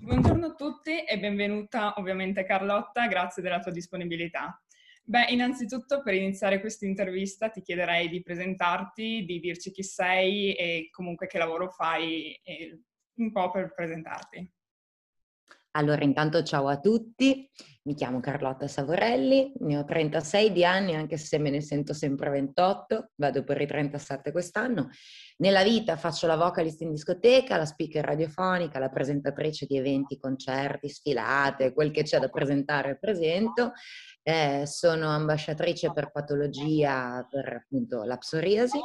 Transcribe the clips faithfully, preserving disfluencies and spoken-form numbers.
Buongiorno a tutti e benvenuta ovviamente Carlotta, grazie della tua disponibilità. Beh, innanzitutto per iniziare questa intervista ti chiederei di presentarti, di dirci chi sei e comunque che lavoro fai, e un po' per presentarti. Allora, intanto ciao a tutti, mi chiamo Carlotta Savorelli, ne ho trentasei di anni, anche se me ne sento sempre ventotto, vado per i trentasette quest'anno. Nella vita faccio la vocalist in discoteca, la speaker radiofonica, la presentatrice di eventi, concerti, sfilate, quel che c'è da presentare presento. Eh, sono ambasciatrice per patologia per appunto la psoriasi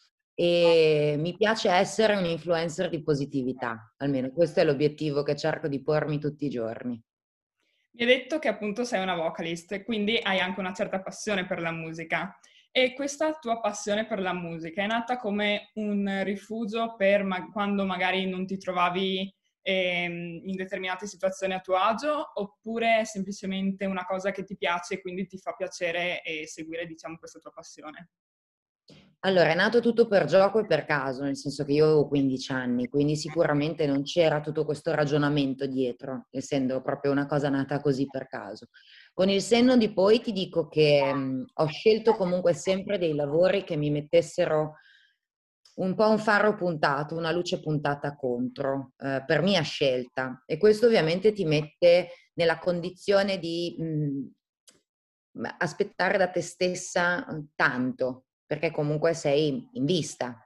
e mi piace essere un influencer di positività, almeno questo è l'obiettivo che cerco di pormi tutti i giorni. Mi hai detto che appunto sei una vocalist, quindi hai anche una certa passione per la musica. E questa tua passione per la musica è nata come un rifugio per ma- quando magari non ti trovavi ehm, in determinate situazioni a tuo agio, oppure è semplicemente una cosa che ti piace e quindi ti fa piacere e seguire, diciamo, questa tua passione? Allora, è nato tutto per gioco e per caso, nel senso che io avevo quindici anni, quindi sicuramente non c'era tutto questo ragionamento dietro, essendo proprio una cosa nata così per caso. Con il senno di poi ti dico che mh, ho scelto comunque sempre dei lavori che mi mettessero un po' un faro puntato, una luce puntata contro, eh, per mia scelta. E questo ovviamente ti mette nella condizione di mh, aspettare da te stessa tanto, perché comunque sei in vista.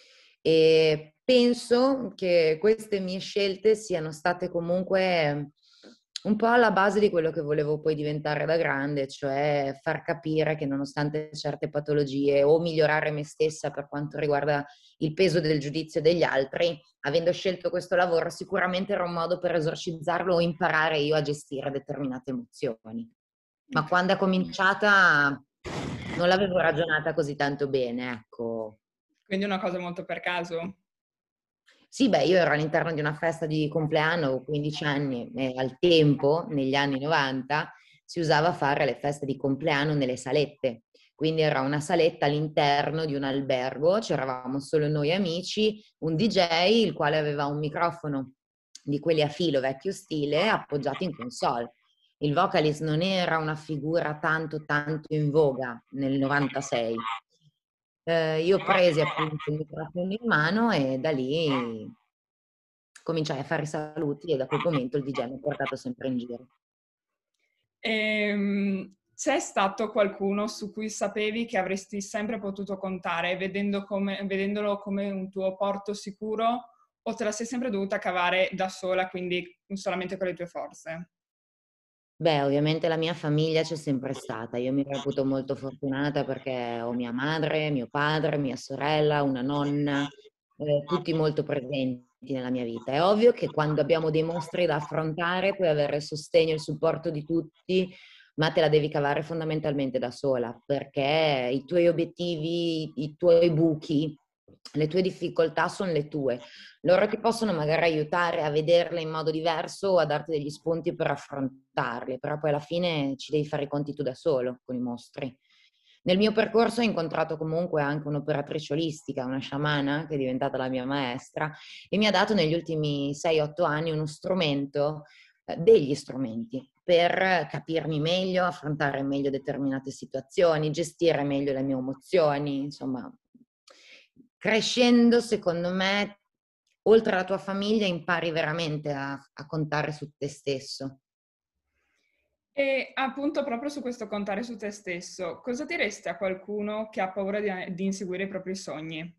E penso che queste mie scelte siano state comunque un po' alla base di quello che volevo poi diventare da grande, cioè far capire che nonostante certe patologie o migliorare me stessa per quanto riguarda il peso del giudizio degli altri, avendo scelto questo lavoro sicuramente era un modo per esorcizzarlo o imparare io a gestire determinate emozioni. Ma Ok. quando è cominciata non l'avevo ragionata così tanto bene, ecco. Quindi è una cosa molto per caso. Sì, beh, io ero all'interno di una festa di compleanno, avevo quindici anni, e al tempo, negli anni novanta, si usava fare le feste di compleanno nelle salette. Quindi era una saletta all'interno di un albergo, c'eravamo solo noi amici, un D J, il quale aveva un microfono di quelli a filo vecchio stile appoggiato in console. Il vocalist non era una figura tanto tanto in voga nel novantasei. Eh, io presi appunto il microfono in mano e da lì cominciai a fare i saluti e da quel momento il D J mi ha portato sempre in giro. Ehm, c'è stato qualcuno su cui sapevi che avresti sempre potuto contare, vedendo come- vedendolo come un tuo porto sicuro, o te la sei sempre dovuta cavare da sola, quindi solamente con le tue forze? Beh, ovviamente la mia famiglia c'è sempre stata. Io mi reputo molto fortunata perché ho mia madre, mio padre, mia sorella, una nonna, eh, tutti molto presenti nella mia vita. È ovvio che quando abbiamo dei mostri da affrontare puoi avere il sostegno e il supporto di tutti, ma te la devi cavare fondamentalmente da sola, perché i tuoi obiettivi, i tuoi buchi, le tue difficoltà sono le tue. Loro ti possono magari aiutare a vederle in modo diverso o a darti degli spunti per affrontarle, però poi alla fine ci devi fare i conti tu da solo con i mostri. Nel mio percorso ho incontrato comunque anche un'operatrice olistica, una sciamana che è diventata la mia maestra e mi ha dato negli ultimi sei otto anni uno strumento, eh, degli strumenti per capirmi meglio, affrontare meglio determinate situazioni, gestire meglio le mie emozioni, insomma, crescendo, secondo me, oltre alla tua famiglia, impari veramente a, a contare su te stesso. E appunto proprio su questo contare su te stesso, cosa diresti a qualcuno che ha paura di, di inseguire i propri sogni?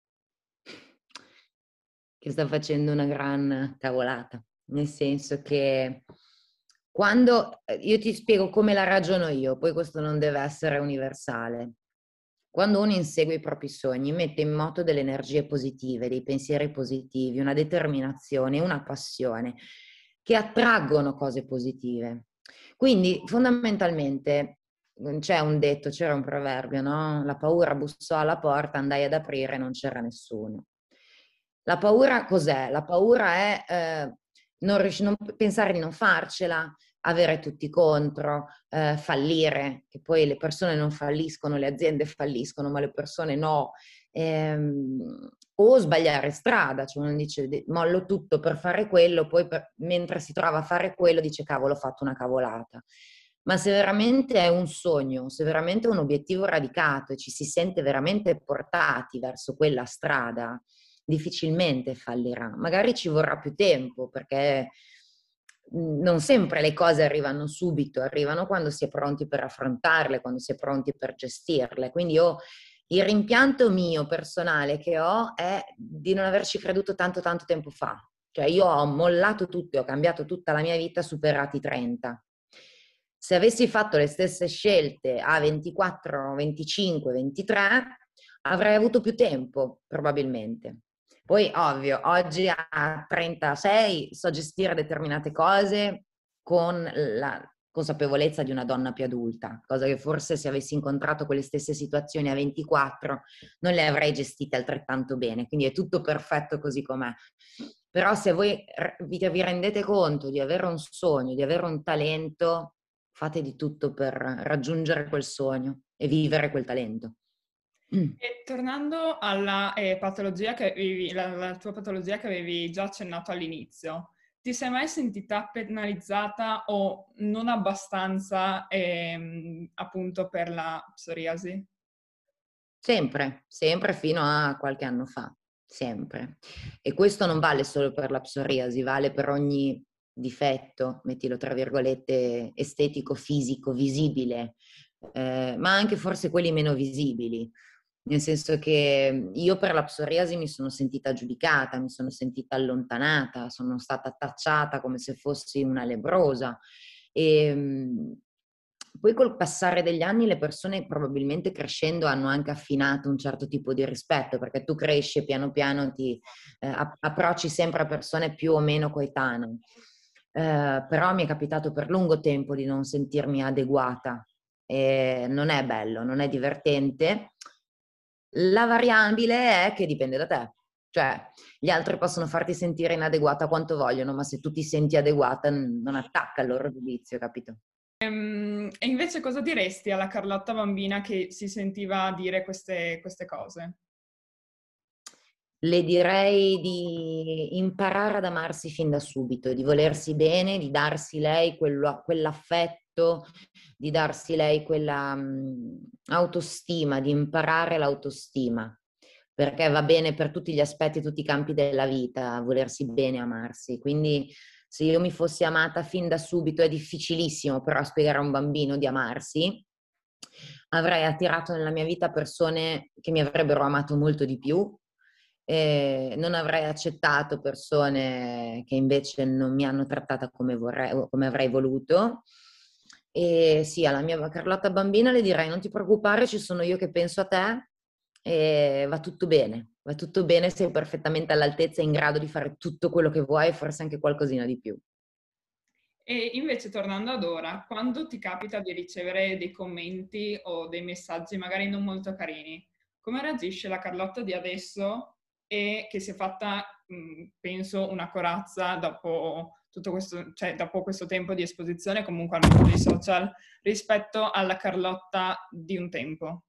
Che sta facendo una gran cavolata, nel senso che quando eh, io ti spiego come la ragiono io, poi questo non deve essere universale. Quando uno insegue i propri sogni, mette in moto delle energie positive, dei pensieri positivi, una determinazione, una passione che attraggono cose positive. Quindi fondamentalmente c'è un detto, c'era un proverbio, no? La paura bussò alla porta, andai ad aprire, non c'era nessuno. La paura cos'è? La paura è eh, non, riusci- non pensare di non farcela, avere tutti contro, eh, fallire, che poi le persone non falliscono, le aziende falliscono, ma le persone no. Ehm, o sbagliare strada, cioè uno dice "De- mollo tutto per fare quello, poi per- mentre si trova a fare quello dice cavolo, ho fatto una cavolata. Ma se veramente è un sogno, se veramente è un obiettivo radicato e ci si sente veramente portati verso quella strada, difficilmente fallirà. Magari ci vorrà più tempo perché mh, non sempre le cose arrivano subito, arrivano quando si è pronti per affrontarle, quando si è pronti per gestirle. Quindi io il rimpianto mio personale che ho è di non averci creduto tanto tanto tempo fa. Cioè io ho mollato tutto, e ho cambiato tutta la mia vita superati i trenta. Se avessi fatto le stesse scelte a ventiquattro, venticinque, ventitré, avrei avuto più tempo, probabilmente. Poi, ovvio, oggi a trentasei so gestire determinate cose con la consapevolezza di una donna più adulta, cosa che forse se avessi incontrato quelle stesse situazioni a ventiquattro non le avrei gestite altrettanto bene, quindi è tutto perfetto così com'è. Però se voi vi, vi rendete conto di avere un sogno, di avere un talento, fate di tutto per raggiungere quel sogno e vivere quel talento. E tornando alla eh, patologia che avevi, la, la tua patologia che avevi già accennato all'inizio, ti sei mai sentita penalizzata o non abbastanza ehm, appunto per la psoriasi? Sempre, sempre fino a qualche anno fa, sempre. E questo non vale solo per la psoriasi, vale per ogni difetto, mettilo tra virgolette, estetico, fisico, visibile, eh, ma anche forse quelli meno visibili. Nel senso che io per la psoriasi mi sono sentita giudicata, mi sono sentita allontanata, sono stata tacciata come se fossi una lebbrosa. E, mh, poi col passare degli anni le persone probabilmente crescendo hanno anche affinato un certo tipo di rispetto, perché tu cresci e piano piano ti eh, app- approcci sempre a persone più o meno coetanee. Eh, però mi è capitato per lungo tempo di non sentirmi adeguata e non è bello, non è divertente. La variabile è che dipende da te, cioè gli altri possono farti sentire inadeguata quanto vogliono, ma se tu ti senti adeguata n- non attacca il loro giudizio, capito? Ehm, E invece cosa diresti alla Carlotta bambina che si sentiva dire queste, queste cose? Le direi di imparare ad amarsi fin da subito, di volersi bene, di darsi lei quello- quell'affetto, di darsi lei quella mh, autostima, di imparare l'autostima, perché va bene per tutti gli aspetti, tutti i campi della vita, volersi bene, amarsi. Quindi se io mi fossi amata fin da subito, è difficilissimo però spiegare a un bambino di amarsi, avrei attirato nella mia vita persone che mi avrebbero amato molto di più, eh, non avrei accettato persone che invece non mi hanno trattata come vorrei, come avrei voluto. E sì, alla mia Carlotta bambina le direi non ti preoccupare, ci sono io che penso a te e va tutto bene, va tutto bene, sei perfettamente all'altezza e in grado di fare tutto quello che vuoi e forse anche qualcosina di più. E invece tornando ad ora, quando ti capita di ricevere dei commenti o dei messaggi magari non molto carini, come reagisce la Carlotta di adesso e che si è fatta, mh, penso, una corazza dopo tutto questo, cioè dopo questo tempo di esposizione comunque al mondo dei social rispetto alla Carlotta di un tempo?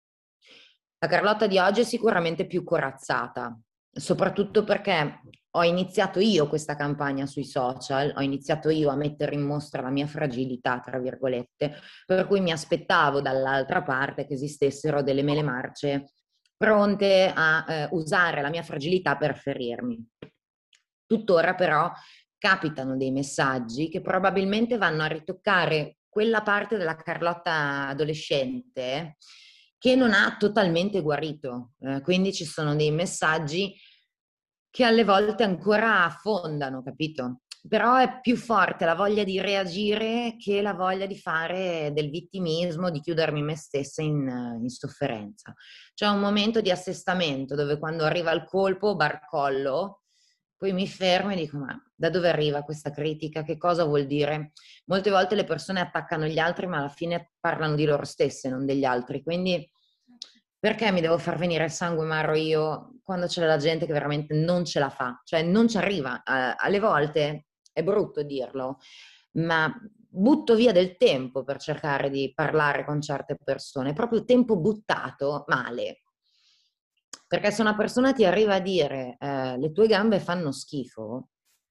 La Carlotta di oggi è sicuramente più corazzata, soprattutto perché ho iniziato io questa campagna sui social, ho iniziato io a mettere in mostra la mia fragilità, tra virgolette, per cui mi aspettavo dall'altra parte che esistessero delle mele marce pronte a eh, usare la mia fragilità per ferirmi. Tuttora però capitano dei messaggi che probabilmente vanno a ritoccare quella parte della Carlotta adolescente che non ha totalmente guarito. Eh, quindi ci sono dei messaggi che alle volte ancora affondano, capito? Però è più forte la voglia di reagire che la voglia di fare del vittimismo, di chiudermi me stessa in, in sofferenza. C'è un momento di assestamento dove quando arriva il colpo barcollo, poi mi fermo e dico, ma da dove arriva questa critica? Che cosa vuol dire? Molte volte le persone attaccano gli altri, ma alla fine parlano di loro stesse, non degli altri. Quindi perché mi devo far venire il sangue amaro io quando c'è la gente che veramente non ce la fa? Cioè non ci arriva. Eh, alle volte è brutto dirlo, ma butto via del tempo per cercare di parlare con certe persone, proprio tempo buttato male. Perché se una persona ti arriva a dire eh, le tue gambe fanno schifo,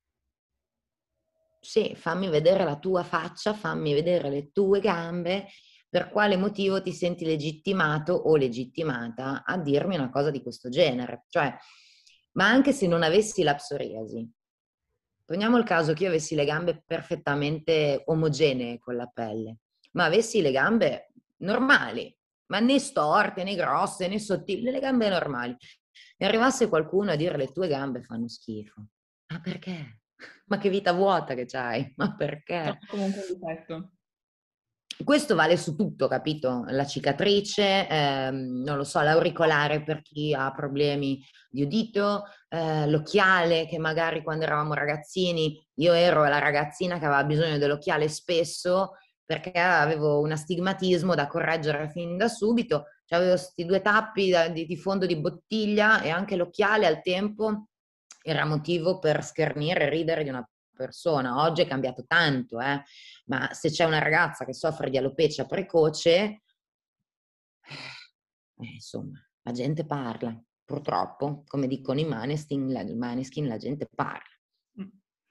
sì, fammi vedere la tua faccia, fammi vedere le tue gambe, per quale motivo ti senti legittimato o legittimata a dirmi una cosa di questo genere. Cioè, ma anche se non avessi la psoriasi, poniamo il caso che io avessi le gambe perfettamente omogenee con la pelle, ma avessi le gambe normali, ma né storte, né grosse, né sottili, le gambe normali. E arrivasse qualcuno a dire le tue gambe fanno schifo. Ma perché? Ma che vita vuota che c'hai? Ma Sono perché? comunque un difetto. Questo vale su tutto, capito? La cicatrice, ehm, non lo so, l'auricolare per chi ha problemi di udito, eh, l'occhiale che magari quando eravamo ragazzini, io ero la ragazzina che aveva bisogno dell'occhiale spesso perché avevo un astigmatismo da correggere fin da subito, cioè avevo questi due tappi da- di, di fondo di bottiglia e anche l'occhiale al tempo era motivo per schernire e ridere di una persona. Oggi è cambiato tanto, eh? Ma se c'è una ragazza che soffre di alopecia precoce, eh, insomma, la gente parla. Purtroppo, come dicono i Maneskin, la, i Maneskin, la gente parla. Mm.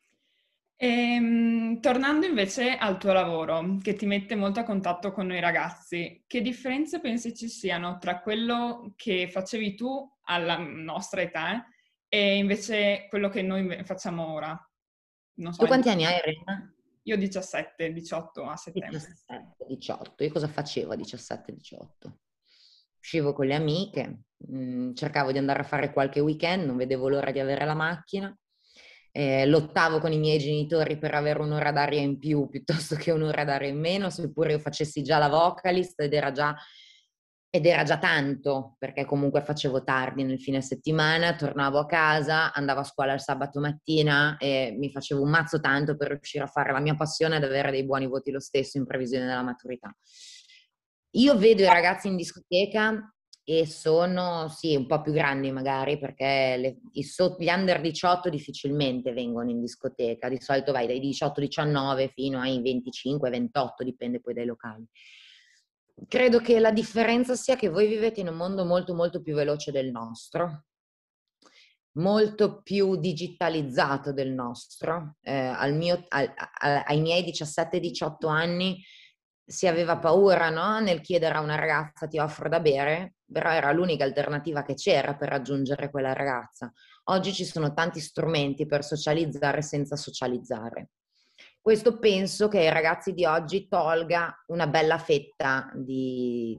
Ehm, tornando invece al tuo lavoro, che ti mette molto a contatto con noi ragazzi, che differenze pensi ci siano tra quello che facevi tu alla nostra età e invece quello che noi facciamo ora? Non so, Tu in- quanti anni hai, Irene? io diciassette, diciotto a settembre. diciassette, diciotto. Io cosa facevo a diciassette diciotto? Uscivo con le amiche, mh, cercavo di andare a fare qualche weekend, non vedevo l'ora di avere la macchina, eh, lottavo con i miei genitori per avere un'ora d'aria in più piuttosto che un'ora d'aria in meno, seppure io facessi già la vocalist ed era già, ed era già tanto, perché comunque facevo tardi nel fine settimana, tornavo a casa, andavo a scuola il sabato mattina e mi facevo un mazzo tanto per riuscire a fare la mia passione ed avere dei buoni voti lo stesso in previsione della maturità. Io vedo i ragazzi in discoteca e sono, sì, un po' più grandi magari, perché le- i so- gli under diciotto difficilmente vengono in discoteca, di solito vai dai diciotto diciannove fino ai venticinque ventotto, dipende poi dai locali. Credo che la differenza sia che voi vivete in un mondo molto molto più veloce del nostro, molto più digitalizzato del nostro. Eh, al mio, al- a- ai miei diciassette diciotto anni si aveva paura, no? Nel chiedere a una ragazza ti offro da bere, però era l'unica alternativa che c'era per raggiungere quella ragazza. Oggi ci sono tanti strumenti per socializzare senza socializzare. Questo penso che ai ragazzi di oggi tolga una bella fetta di,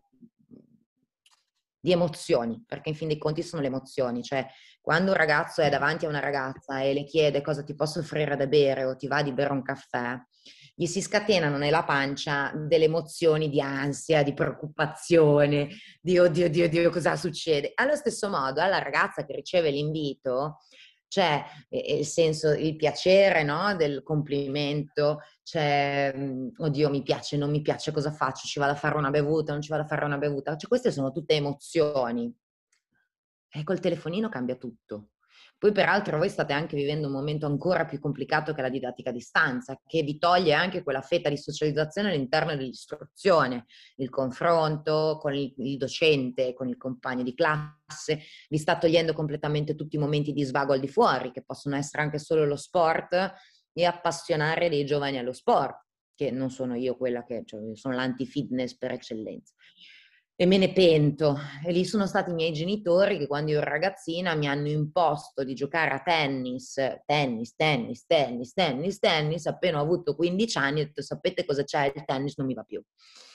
di emozioni, perché in fin dei conti sono le emozioni, cioè quando un ragazzo è davanti a una ragazza e le chiede cosa ti posso offrire da bere o ti va di bere un caffè, gli si scatenano nella pancia delle emozioni di ansia, di preoccupazione, di oddio, oddio, oddio, cosa succede? Allo stesso modo, alla ragazza che riceve l'invito c'è eh, il senso, il piacere, no? Del complimento, c'è, mm, oddio, mi piace, non mi piace, cosa faccio? Ci vado a fare una bevuta, non ci vado a fare una bevuta? Cioè, queste sono tutte emozioni. E col telefonino cambia tutto. Poi peraltro voi state anche vivendo un momento ancora più complicato che la didattica a distanza, che vi toglie anche quella fetta di socializzazione all'interno dell'istruzione, il confronto con il, il docente, con il compagno di classe, vi sta togliendo completamente tutti i momenti di svago al di fuori, che possono essere anche solo lo sport e appassionare dei giovani allo sport, che non sono io quella che, cioè, sono l'anti-fitness per eccellenza. E me ne pento. E lì sono stati i miei genitori che quando io ero ragazzina mi hanno imposto di giocare a tennis, tennis, tennis, tennis, tennis, tennis. Appena ho avuto quindici anni ho detto sapete cosa c'è? Il tennis non mi va più.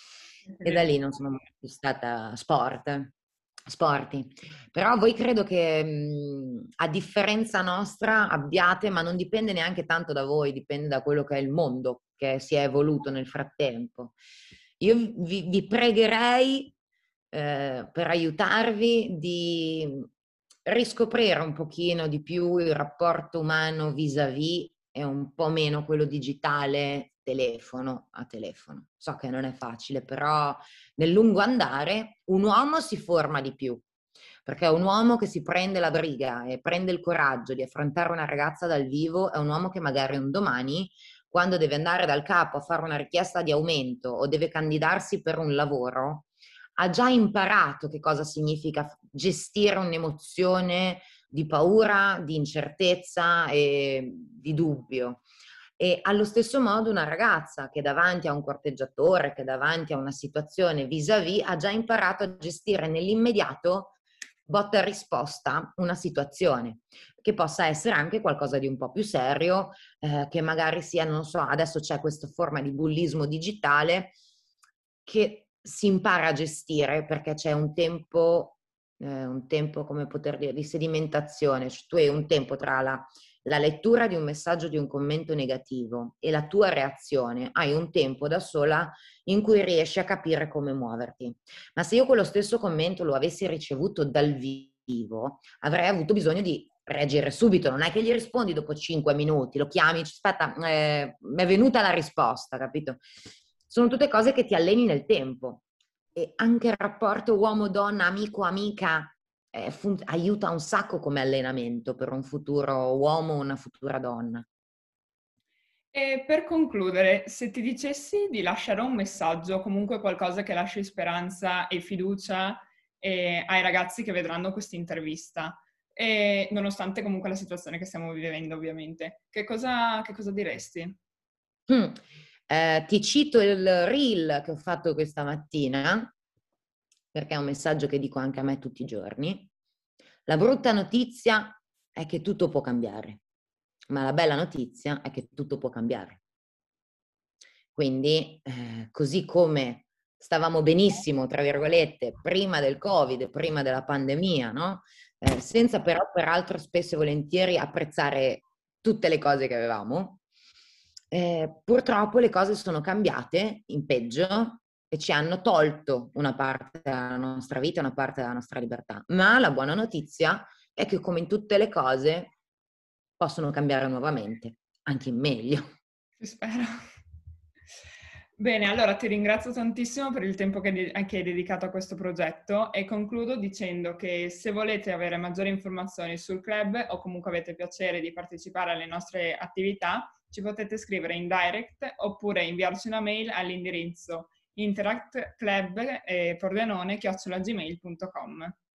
E da lì non sono mai più stata sport, sporti. Però voi credo che mh, a differenza nostra abbiate, ma non dipende neanche tanto da voi, dipende da quello che è il mondo che si è evoluto nel frattempo. Io vi, vi pregherei eh, per aiutarvi di riscoprire un pochino di più il rapporto umano vis-à-vis e un po' meno quello digitale telefono a telefono. So che non è facile, però nel lungo andare un uomo si forma di più, perché un uomo che si prende la briga e prende il coraggio di affrontare una ragazza dal vivo è un uomo che magari un domani, quando deve andare dal capo a fare una richiesta di aumento o deve candidarsi per un lavoro, ha già imparato che cosa significa gestire un'emozione di paura, di incertezza e di dubbio. E allo stesso modo una ragazza che davanti a un corteggiatore, che davanti a una situazione vis-à-vis, ha già imparato a gestire nell'immediato, botta e risposta, una situazione che possa essere anche qualcosa di un po' più serio, eh, che magari sia, non so, adesso c'è questa forma di bullismo digitale che si impara a gestire perché c'è un tempo, eh, un tempo, come poter dire, di sedimentazione. Cioè, tu hai un tempo tra la, la lettura di un messaggio, di un commento negativo e la tua reazione, hai un tempo da sola in cui riesci a capire come muoverti. Ma se io quello stesso commento lo avessi ricevuto dal vivo, avrei avuto bisogno di reagire subito, non è che gli rispondi dopo cinque minuti, lo chiami, aspetta, eh, mi è venuta la risposta, capito? Sono tutte cose che ti alleni nel tempo e anche il rapporto uomo-donna, amico-amica eh, fun- aiuta un sacco come allenamento per un futuro uomo o una futura donna. E per concludere, se ti dicessi di lasciare un messaggio, comunque qualcosa che lasci speranza e fiducia eh, ai ragazzi che vedranno questa intervista, e nonostante comunque la situazione che stiamo vivendo, ovviamente, che cosa, che cosa diresti? Mm. Eh, ti cito il reel che ho fatto questa mattina, perché è un messaggio che dico anche a me tutti i giorni. La brutta notizia è che tutto può cambiare, ma la bella notizia è che tutto può cambiare. Quindi, eh, così come stavamo benissimo, tra virgolette, prima del Covid, prima della pandemia, no? Eh, senza però, peraltro, spesso e volentieri apprezzare tutte le cose che avevamo, eh, purtroppo le cose sono cambiate in peggio e ci hanno tolto una parte della nostra vita, una parte della nostra libertà. Ma la buona notizia è che, come in tutte le cose, possono cambiare nuovamente, anche in meglio. Si spera. Bene, allora ti ringrazio tantissimo per il tempo che, de- che hai dedicato a questo progetto e concludo dicendo che se volete avere maggiori informazioni sul club o comunque avete piacere di partecipare alle nostre attività, ci potete scrivere in direct oppure inviarci una mail all'indirizzo interactclub eh, pordenone chiocciola gmail punto com.